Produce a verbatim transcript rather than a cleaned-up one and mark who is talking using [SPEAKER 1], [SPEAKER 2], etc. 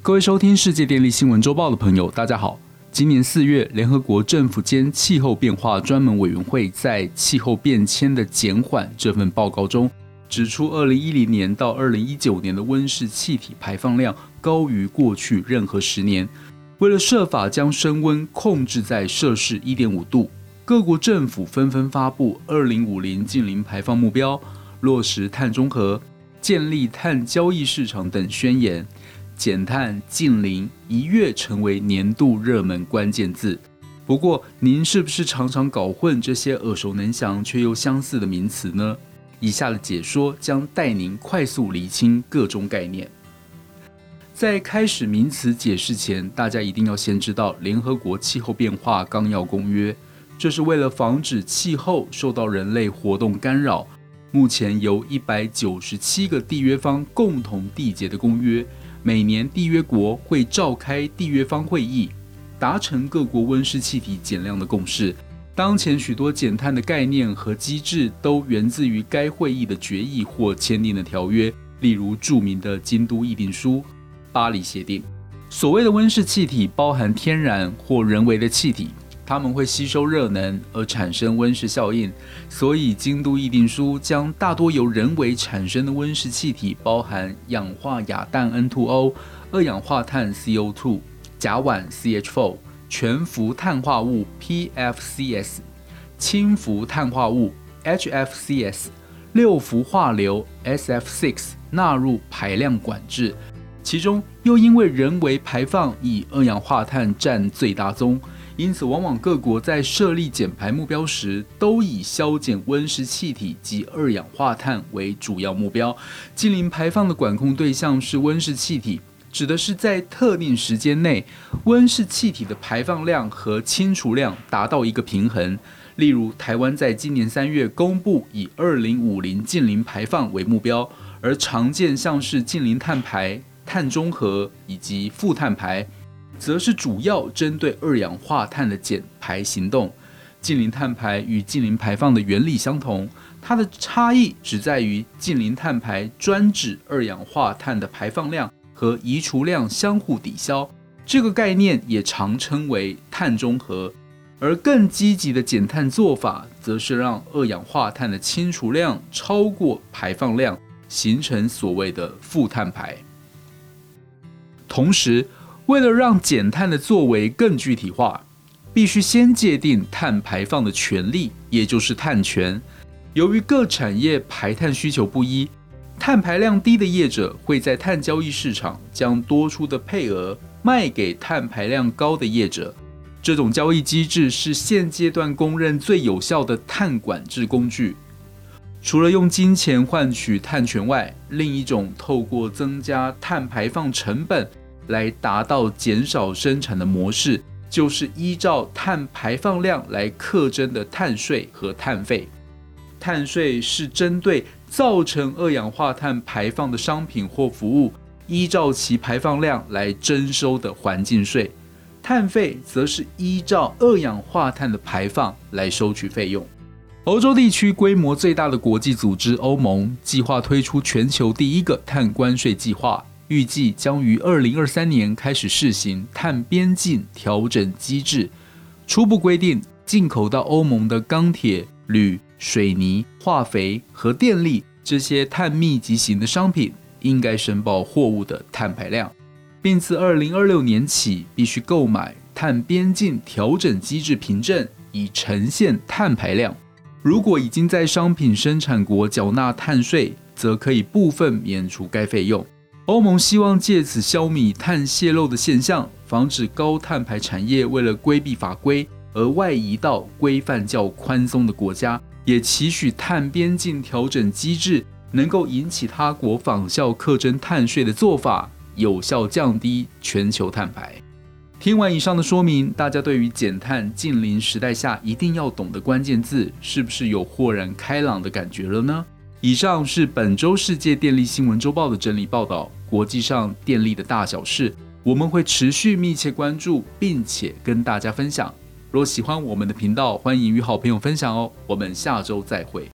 [SPEAKER 1] 各位收听世界电力新闻周报的朋友，大家好。今年四月，联合国政府间气候变化专门委员会在气候变迁的减缓这份报告中，指出二零一零年到二零一九年的温室气体排放量高于过去任何十年。为了设法将升温控制在摄氏 一点五度，各国政府纷纷发布二零五零净零排放目标，落实碳中和，建立碳交易市场等宣言。减碳净零一跃成为年度热门关键字。不过，您是不是常常搞混这些耳熟能详却又相似的名词呢？以下的解说将带您快速厘清各种概念。在开始名词解释前，大家一定要先知道联合国气候变化纲要公约，这是为了防止气候受到人类活动干扰，目前由一百九十七个缔约方共同缔结的公约。每年缔约国会召开缔约方会议，达成各国温室气体减量的共识。当前许多减碳的概念和机制都源自于该会议的决议或签订的条约，例如著名的京都议定书、巴黎协定。所谓的温室气体包含天然或人为的气体，它们会吸收热能而产生温室效应，所以京都议定书将大多由人为产生的温室气体，包含氧化亚氮 N 二 O、二氧化碳 C O 二、甲烷 C H 四、全氟碳化物 P F C S、氢氟碳化物 H F C S、六氟化硫 S F 六 纳入排量管制，其中又因为人为排放以二氧化碳占最大宗，因此往往各国在设立减排目标时，都以削减温室气体及二氧化碳为主要目标。净零排放的管控对象是温室气体，指的是在特定时间内，温室气体的排放量和清除量达到一个平衡。例如，台湾在今年三月公布以二零五零净零排放为目标，而常见像是净零碳排、碳中和以及负碳排，则是主要针对二氧化碳的减排行动。净零碳排与净零排放的原理相同，它的差异只在于净零碳排专指二氧化碳的排放量和移除量相互抵消，这个概念也常称为碳中和。而更积极的减碳做法，则是让二氧化碳的清除量超过排放量，形成所谓的负碳排。同时，为了让减碳的作为更具体化，必须先界定碳排放的权利，也就是碳权。由于各产业排碳需求不一，碳排量低的业者会在碳交易市场将多出的配额卖给碳排量高的业者。这种交易机制是现阶段公认最有效的碳管制工具。除了用金钱换取碳权外，另一种透过增加碳排放成本来达到减少生产的模式，就是依照碳排放量来课征的碳税和碳费。碳税是针对造成二氧化碳排放的商品或服务，依照其排放量来征收的环境税。碳费则是依照二氧化碳的排放来收取费用。欧洲地区规模最大的国际组织欧盟计划推出全球第一个碳关税计划，预计将于二零二三年开始试行碳边境调整机制。初步规定，进口到欧盟的钢铁、铝、水泥、化肥和电力这些碳密集型的商品，应该申报货物的碳排量，并自二零二六年起必须购买碳边境调整机制凭证，以呈现碳排量。如果已经在商品生产国缴纳碳税，则可以部分免除该费用。欧盟希望借此消弭碳泄漏的现象，防止高碳排产业为了规避法规而外移到规范较宽松的国家，也期许碳边境调整机制能够引起他国仿效课征碳税的做法，有效降低全球碳排。听完以上的说明，大家对于减碳净零时代下一定要懂的关键字，是不是有豁然开朗的感觉了呢？以上是本周世界电力新闻周报的整理报道，国际上电力的大小事，我们会持续密切关注，并且跟大家分享。若喜欢我们的频道，欢迎与好朋友分享哦。我们下周再会。